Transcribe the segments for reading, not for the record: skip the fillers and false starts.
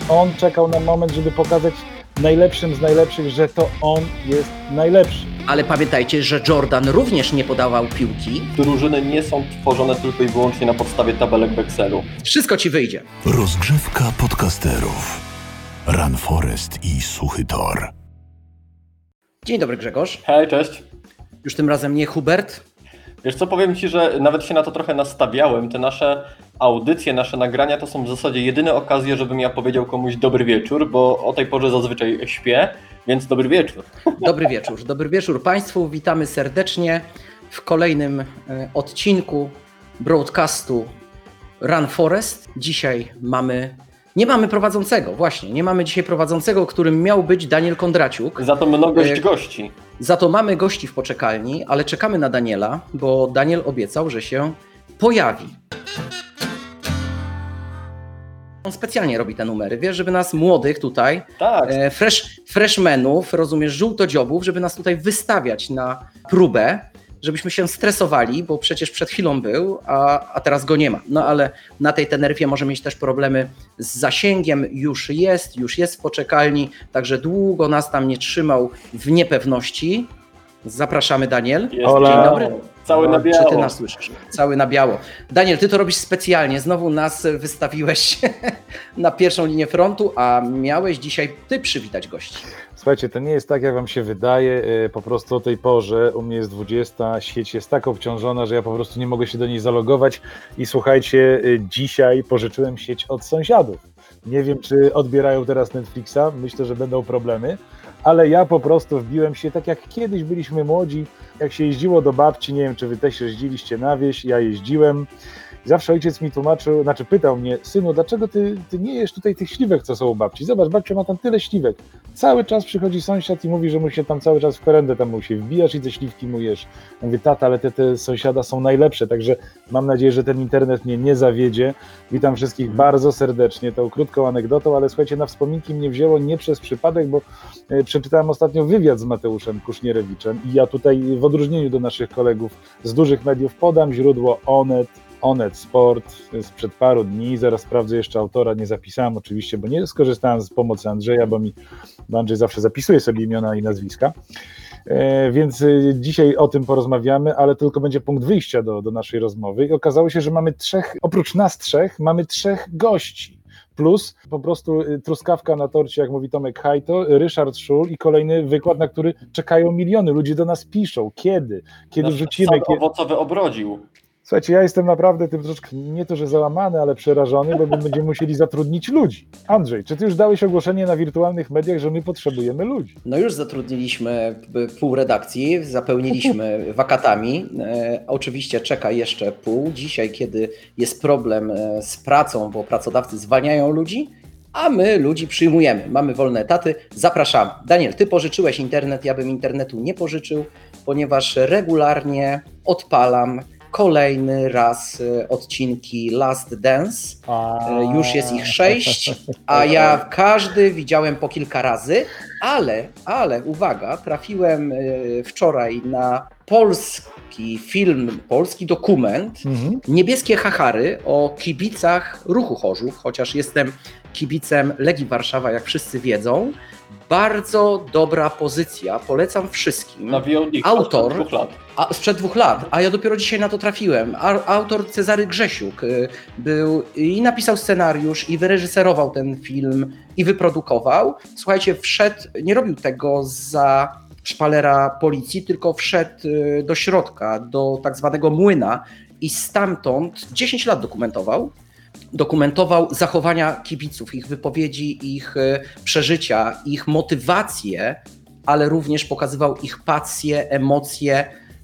on czekał na moment, żeby pokazać najlepszym z najlepszych, że to on jest najlepszy. Ale pamiętajcie, że Jordan również nie podawał piłki. Drużyny nie są tworzone tylko i wyłącznie na podstawie tabelek w Excelu. Wszystko ci wyjdzie. Rozgrzewka podcasterów. Run Forest i Suchy Tor. Dzień dobry, Grzegorz. Hej, cześć. Już tym razem nie Hubert. Wiesz co, powiem Ci, że nawet się na to trochę nastawiałem. Te nasze audycje, nasze nagrania to są w zasadzie jedyne okazje, żebym ja powiedział komuś dobry wieczór, bo o tej porze zazwyczaj śpię, więc dobry wieczór. Dobry wieczór Państwu. Witamy serdecznie w kolejnym odcinku broadcastu Run Forest. Dzisiaj nie mamy prowadzącego, właśnie. Nie mamy dzisiaj prowadzącego, którym miał być Daniel Kondraciuk. Za to mnogość gości. Za to mamy gości w poczekalni, ale czekamy na Daniela, bo Daniel obiecał, że się pojawi. On specjalnie robi te numery, wiesz, żeby nas młodych tutaj, tak. freshmenów, rozumiesz, żółtodziobów, żeby nas tutaj wystawiać na próbę, żebyśmy się stresowali, bo przecież przed chwilą był, a teraz go nie ma. No ale na tej Teneryfie może mieć też problemy z zasięgiem, już jest w poczekalni, także długo nas tam nie trzymał w niepewności. Zapraszamy, Daniel. Dzień dobry. Cały na biało. Czy ty nas słyszysz? Cały na biało. Daniel, ty to robisz specjalnie. Znowu nas wystawiłeś na pierwszą linię frontu, a miałeś dzisiaj ty przywitać gości. Słuchajcie, to nie jest tak, jak wam się wydaje. Po prostu o tej porze, u mnie jest 20, sieć jest tak obciążona, że ja po prostu nie mogę się do niej zalogować. I słuchajcie, dzisiaj pożyczyłem sieć od sąsiadów. Nie wiem, czy odbierają teraz Netflixa. Myślę, że będą problemy. Ale ja po prostu wbiłem się, tak jak kiedyś byliśmy młodzi, jak się jeździło do babci, nie wiem, czy wy też jeździliście na wieś, ja jeździłem. I zawsze ojciec mi tłumaczył, pytał mnie, synu, dlaczego ty nie jesz tutaj tych śliwek, co są u babci? Zobacz, babcia ma tam tyle śliwek. Cały czas przychodzi sąsiad i mówi, że mu się tam cały czas w korendę tam mu się wbijasz i te śliwki mu jesz. Ja mówię, tata, ale te sąsiada są najlepsze, także mam nadzieję, że ten internet mnie nie zawiedzie. Witam wszystkich bardzo serdecznie, tą krótką anegdotą, ale słuchajcie, na wspominki mnie wzięło nie przez przypadek, bo przeczytałem ostatnio wywiad z Mateuszem Kusznierewiczem i ja tutaj w odróżnieniu do naszych kolegów z dużych mediów podam źródło Onet Sport sprzed paru dni, zaraz sprawdzę jeszcze autora, nie zapisałem oczywiście, bo nie skorzystałem z pomocy Andrzeja, bo Andrzej zawsze zapisuje sobie imiona i nazwiska, więc dzisiaj o tym porozmawiamy, ale to tylko będzie punkt wyjścia do naszej rozmowy i okazało się, że oprócz nas trzech, mamy trzech gości. Plus po prostu truskawka na torcie, jak mówi Tomek Hajto, Ryszard Szul i kolejny wykład, na który czekają miliony. Ludzie do nas piszą. Kiedy wrzucimy? Sad owocowy obrodził. Słuchajcie, ja jestem naprawdę tym troszkę, nie to, że załamany, ale przerażony, bo będziemy musieli zatrudnić ludzi. Andrzej, czy ty już dałeś ogłoszenie na wirtualnych mediach, że my potrzebujemy ludzi? No już zatrudniliśmy pół redakcji, zapełniliśmy wakatami. Oczywiście czeka jeszcze pół. Dzisiaj, kiedy jest problem z pracą, bo pracodawcy zwalniają ludzi, a my ludzi przyjmujemy. Mamy wolne etaty, zapraszamy. Daniel, ty pożyczyłeś internet, ja bym internetu nie pożyczył, ponieważ regularnie odpalam kolejny raz odcinki Last Dance. Już jest ich 6, a ja każdy widziałem po kilka razy, ale uwaga, trafiłem wczoraj na polski film, polski dokument, Niebieskie Chachary o kibicach Ruchu Chorzów, chociaż jestem kibicem Legii Warszawa, jak wszyscy wiedzą. Bardzo dobra pozycja, polecam wszystkim. Na VOD autor, sprzed 2 lat. Sprzed 2 lat, a ja dopiero dzisiaj na to trafiłem. Autor Cezary Grzesiuk był i napisał scenariusz, i wyreżyserował ten film, i wyprodukował. Słuchajcie, nie robił tego za szpalera policji, tylko wszedł do środka, do tak zwanego młyna i stamtąd 10 lat dokumentował zachowania kibiców, ich wypowiedzi, ich przeżycia, ich motywacje, ale również pokazywał ich pasję, emocje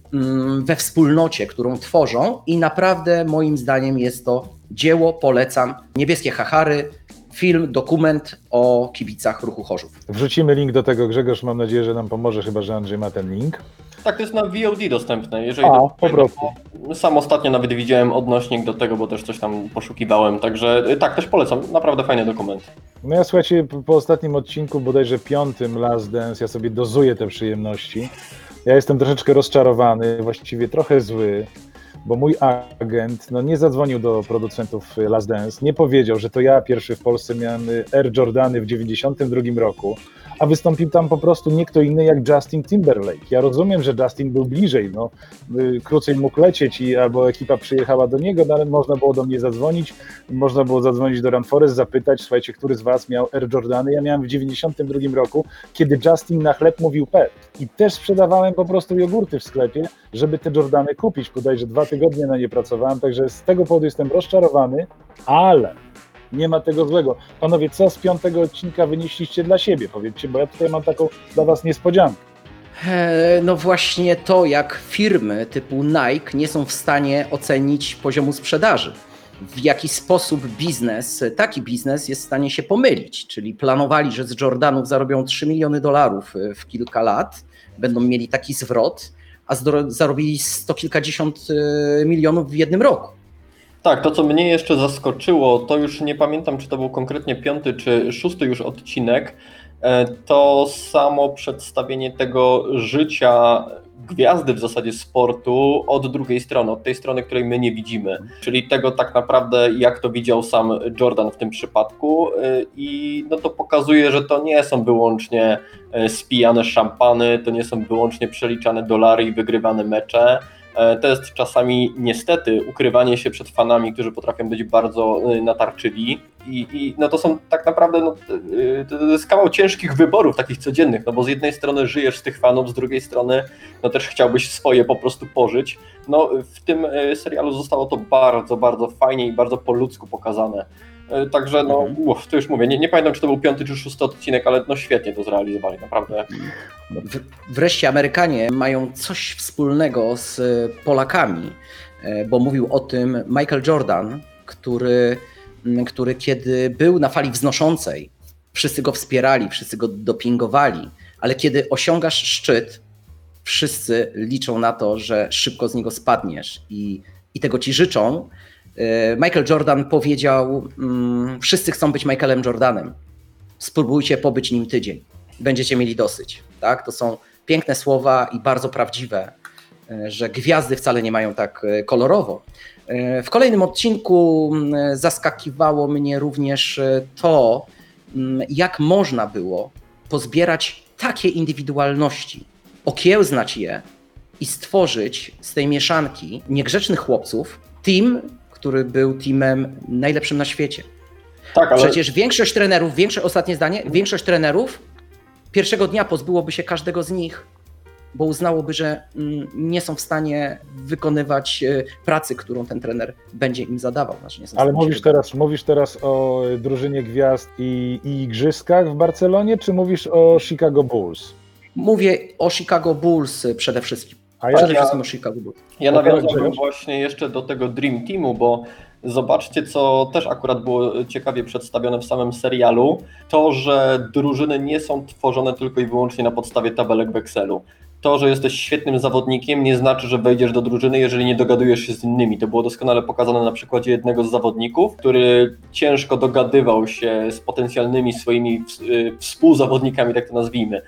we wspólnocie, którą tworzą i naprawdę moim zdaniem jest to dzieło, polecam. Niebieskie Chachary, film, dokument o kibicach Ruchu Chorzów. Wrzucimy link do tego, Grzegorz, mam nadzieję, że nam pomoże, chyba że Andrzej ma ten link. Tak, to jest na VOD dostępne. Jeżeli po prostu. Sam ostatnio nawet widziałem odnośnik do tego, bo też coś tam poszukiwałem, także tak, też polecam. Naprawdę fajny dokument. No ja słuchajcie, po ostatnim odcinku, bodajże 5. Last Dance, ja sobie dozuję te przyjemności. Ja jestem troszeczkę rozczarowany, właściwie trochę zły, bo mój agent nie zadzwonił do producentów Last Dance, nie powiedział, że to ja pierwszy w Polsce miałem Air Jordany w 92 roku, a wystąpił tam po prostu nie kto inny jak Justin Timberlake. Ja rozumiem, że Justin był bliżej, krócej mógł lecieć albo ekipa przyjechała do niego, ale można było do mnie zadzwonić, można było zadzwonić do Run Forest, zapytać, słuchajcie, który z was miał Air Jordany. Ja miałem w 92 roku, kiedy Justin na chleb mówił P. I też sprzedawałem po prostu jogurty w sklepie, żeby te Jordany kupić. Bodajże 2 tygodnie na nie pracowałem, także z tego powodu jestem rozczarowany, ale nie ma tego złego. Panowie, co z 5. odcinka wynieśliście dla siebie? Powiedzcie, bo ja tutaj mam taką dla was niespodziankę. No właśnie to, jak firmy typu Nike nie są w stanie ocenić poziomu sprzedaży. W jaki sposób taki biznes jest w stanie się pomylić. Czyli planowali, że z Jordanów zarobią $3 miliony w kilka lat, będą mieli taki zwrot, a zarobili 100 kilkadziesiąt milionów w jednym roku. Tak, to co mnie jeszcze zaskoczyło, to już nie pamiętam, czy to był konkretnie 5. czy 6. już odcinek, to samo przedstawienie tego życia gwiazdy w zasadzie sportu od drugiej strony, od tej strony, której my nie widzimy, czyli tego tak naprawdę, jak to widział sam Jordan w tym przypadku i to pokazuje, że to nie są wyłącznie spijane szampany, to nie są wyłącznie przeliczane dolary i wygrywane mecze. To jest czasami niestety ukrywanie się przed fanami, którzy potrafią być bardzo natarczywi i to są tak naprawdę to jest kawał ciężkich wyborów takich codziennych, bo z jednej strony żyjesz z tych fanów, z drugiej strony też chciałbyś swoje po prostu pożyć. W tym serialu zostało to bardzo, bardzo fajnie i bardzo po ludzku pokazane. Także to już mówię, nie pamiętam, czy to był 5. czy 6. odcinek, ale świetnie to zrealizowali, naprawdę. Wreszcie Amerykanie mają coś wspólnego z Polakami, bo mówił o tym Michael Jordan, który kiedy był na fali wznoszącej, wszyscy go wspierali, wszyscy go dopingowali, ale kiedy osiągasz szczyt, wszyscy liczą na to, że szybko z niego spadniesz i tego ci życzą. Michael Jordan powiedział, wszyscy chcą być Michaelem Jordanem, spróbujcie pobyć nim tydzień, będziecie mieli dosyć. Tak? To są piękne słowa i bardzo prawdziwe, że gwiazdy wcale nie mają tak kolorowo. W kolejnym odcinku zaskakiwało mnie również to, jak można było pozbierać takie indywidualności, okiełznać je i stworzyć z tej mieszanki niegrzecznych chłopców team, który był teamem najlepszym na świecie. Tak, ale... Przecież ostatnie zdanie, większość trenerów pierwszego dnia pozbyłoby się każdego z nich, bo uznałoby, że nie są w stanie wykonywać pracy, którą ten trener będzie im zadawał. Ale mówisz teraz o drużynie gwiazd i igrzyskach w Barcelonie, czy mówisz o Chicago Bulls? Mówię o Chicago Bulls przede wszystkim. O Chicago Bulls. Ja nawiązałbym właśnie jeszcze do tego Dream Teamu, bo zobaczcie, co też akurat było ciekawie przedstawione w samym serialu, to, że drużyny nie są tworzone tylko i wyłącznie na podstawie tabelek w Excelu. To, że jesteś świetnym zawodnikiem, nie znaczy, że wejdziesz do drużyny, jeżeli nie dogadujesz się z innymi. To było doskonale pokazane na przykładzie jednego z zawodników, który ciężko dogadywał się z potencjalnymi swoimi współzawodnikami, tak to nazwijmy,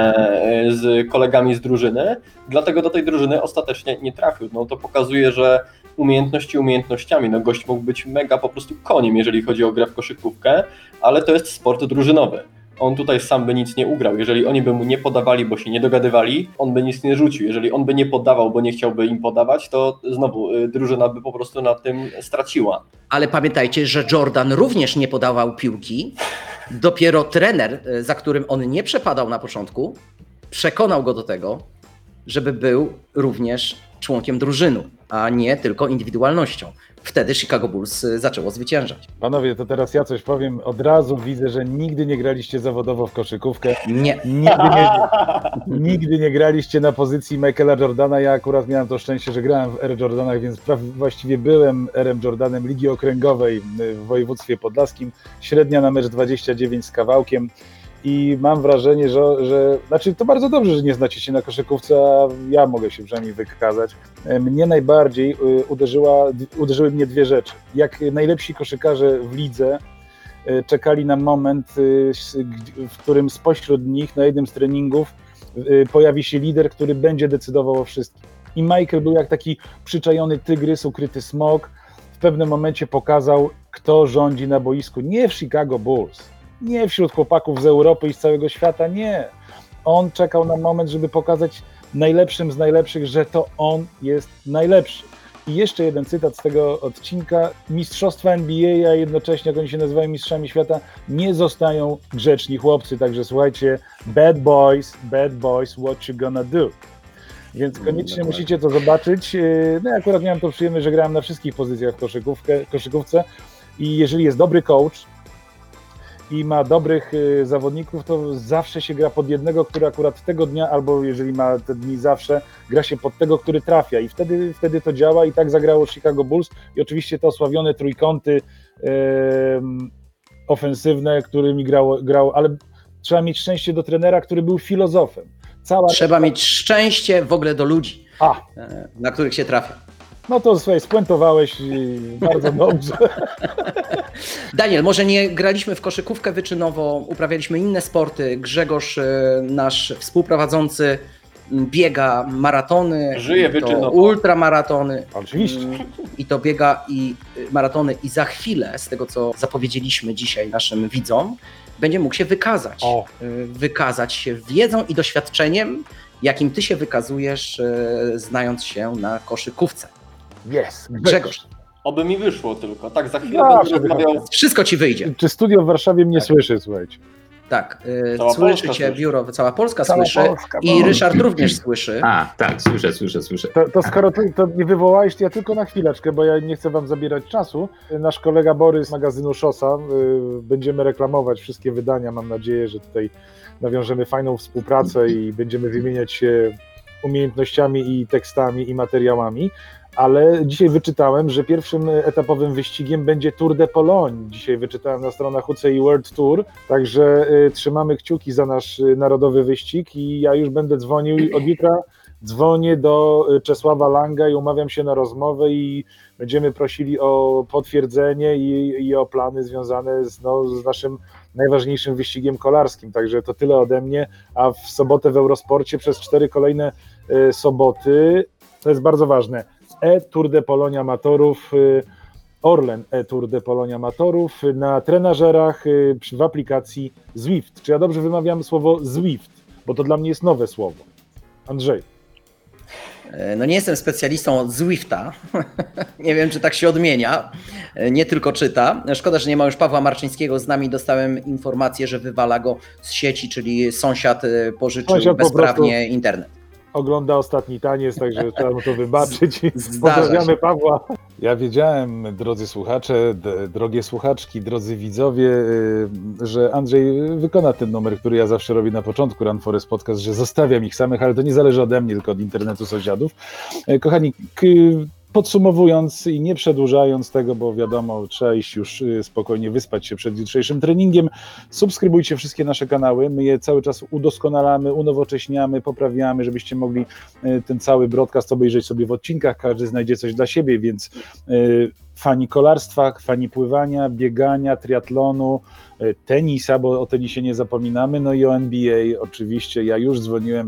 z kolegami z drużyny, dlatego do tej drużyny ostatecznie nie trafił. To pokazuje, że umiejętnościami, gość mógł być mega po prostu koniem, jeżeli chodzi o grę w koszykówkę, ale to jest sport drużynowy. On tutaj sam by nic nie ugrał. Jeżeli oni by mu nie podawali, bo się nie dogadywali, on by nic nie rzucił. Jeżeli on by nie podawał, bo nie chciałby im podawać, to znowu drużyna by po prostu na tym straciła. Ale pamiętajcie, że Jordan również nie podawał piłki. Dopiero trener, za którym on nie przepadał na początku, przekonał go do tego, żeby był również członkiem drużyny, a nie tylko indywidualnością. Wtedy Chicago Bulls zaczęło zwyciężać. Panowie, to teraz ja coś powiem. Od razu widzę, że nigdy nie graliście zawodowo w koszykówkę. Nie. Nigdy nie graliście na pozycji Michaela Jordana. Ja akurat miałem to szczęście, że grałem w Air Jordanach, więc właściwie byłem Airem Jordanem Ligi Okręgowej w województwie podlaskim. Średnia na mecz 29 z kawałkiem. I mam wrażenie, że to bardzo dobrze, że nie znacie się na koszykówce, a ja mogę się przynajmniej wykazać. Mnie najbardziej uderzyły mnie dwie rzeczy. Jak najlepsi koszykarze w lidze czekali na moment, w którym spośród nich na jednym z treningów pojawi się lider, który będzie decydował o wszystkim. i Michael był jak taki przyczajony tygrys, ukryty smok. W pewnym momencie pokazał, kto rządzi na boisku. Nie w Chicago Bulls, nie wśród chłopaków z Europy i z całego świata, nie. On czekał na moment, żeby pokazać najlepszym z najlepszych, że to on jest najlepszy. I jeszcze jeden cytat z tego odcinka. Mistrzostwa NBA, a jednocześnie, jak oni się nazywają mistrzami świata, nie zostają grzeczni chłopcy. Także słuchajcie, bad boys, what you gonna do? Więc koniecznie musicie to zobaczyć. No ja akurat miałem to przyjemność, że grałem na wszystkich pozycjach w koszykówce i jeżeli jest dobry coach i ma dobrych zawodników, to zawsze się gra pod jednego, który akurat tego dnia, albo jeżeli ma te dni zawsze, gra się pod tego, który trafia i wtedy to działa i tak zagrało Chicago Bulls i oczywiście te osławione trójkąty ofensywne, którymi grało, ale trzeba mieć szczęście do trenera, który był filozofem. Trzeba mieć szczęście w ogóle do ludzi, na których się trafia. No to słuchaj, spuentowałeś bardzo dobrze. Daniel, może nie graliśmy w koszykówkę wyczynowo, uprawialiśmy inne sporty. Grzegorz, nasz współprowadzący, biega maratony, żyje wyczynowo. Ultramaratony. Oczywiście. I to biega i maratony i za chwilę, z tego co zapowiedzieliśmy dzisiaj naszym widzom, będzie mógł się wykazać. Wykazać się wiedzą i doświadczeniem, jakim ty się wykazujesz, znając się na koszykówce. Jest. Grzegorz. Oby mi wyszło tylko. Tak, za chwilę będę rozmawiał. Wszystko ci wyjdzie. Czy studio w Warszawie mnie słyszy, słuchajcie? Tak, Cała słyszy Polska cię słyszy. biuro, cała Polska Cała słyszy Polska, i Ryszard również słyszy. Tak, słyszę. To skoro to nie wywołałeś, to ja tylko na chwileczkę, bo ja nie chcę wam zabierać czasu. Nasz kolega Borys z magazynu Szosa, będziemy reklamować wszystkie wydania, mam nadzieję, że tutaj nawiążemy fajną współpracę i będziemy wymieniać się umiejętnościami i tekstami i materiałami. Ale dzisiaj wyczytałem, że pierwszym etapowym wyścigiem będzie Tour de Pologne. Dzisiaj wyczytałem na stronach UCI World Tour, także trzymamy kciuki za nasz narodowy wyścig i ja już będę dzwonił i od jutra dzwonię do Czesława Langa i umawiam się na rozmowę i będziemy prosili o potwierdzenie i o plany związane z naszym najważniejszym wyścigiem kolarskim. Także to tyle ode mnie, a w sobotę w Eurosporcie przez 4 kolejne soboty, to jest bardzo ważne, Tour de Pologne Amatorów, Orlen Tour de Pologne Amatorów na trenażerach w aplikacji Zwift. Czy ja dobrze wymawiam słowo Zwift? Bo to dla mnie jest nowe słowo. Andrzej. No nie jestem specjalistą od Zwifta, nie wiem czy tak się odmienia, nie tylko czyta. Szkoda, że nie ma już Pawła Marczyńskiego z nami, dostałem informację, że wywala go z sieci, czyli sąsiad pożyczył bezprawnie internet. Ogląda Ostatni Taniec, także trzeba mu to wybaczyć. Pozdrawiamy Pawła. Ja wiedziałem, drodzy słuchacze, drogie słuchaczki, drodzy widzowie, że Andrzej wykona ten numer, który ja zawsze robię na początku Run Forest Podcast, że zostawiam ich samych, ale to nie zależy ode mnie, tylko od internetu sąsiadów. Kochani, podsumowując i nie przedłużając tego, bo wiadomo, trzeba iść już spokojnie wyspać się przed jutrzejszym treningiem, subskrybujcie wszystkie nasze kanały, my je cały czas udoskonalamy, unowocześniamy, poprawiamy, żebyście mogli ten cały broadcast obejrzeć sobie w odcinkach, każdy znajdzie coś dla siebie, więc fani kolarstwa, fani pływania, biegania, triatlonu, tenisa, bo o tenisie nie zapominamy, no i o NBA oczywiście, ja już dzwoniłem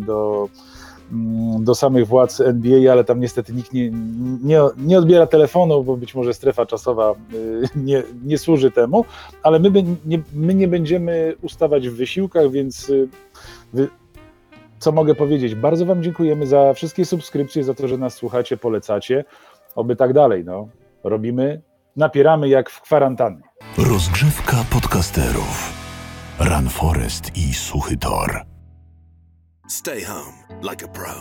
do samych władz NBA, ale tam niestety nikt nie odbiera telefonu, bo być może strefa czasowa nie służy temu, ale my nie będziemy ustawać w wysiłkach, więc co mogę powiedzieć? Bardzo wam dziękujemy za wszystkie subskrypcje, za to, że nas słuchacie, polecacie, oby tak dalej, robimy, napieramy jak w kwarantannie. Rozgrzewka podcasterów. Run Forest i Suchy Tor. Stay home like a pro.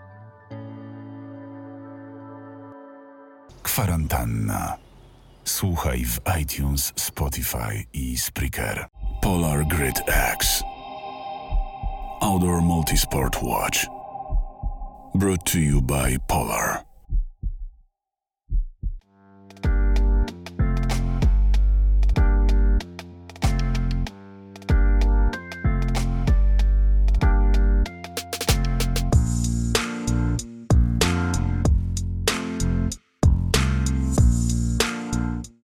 Kwarantanna. Słuchaj w iTunes, Spotify i Spreaker. Polar Grid X. Outdoor Multisport Watch. Brought to you by Polar.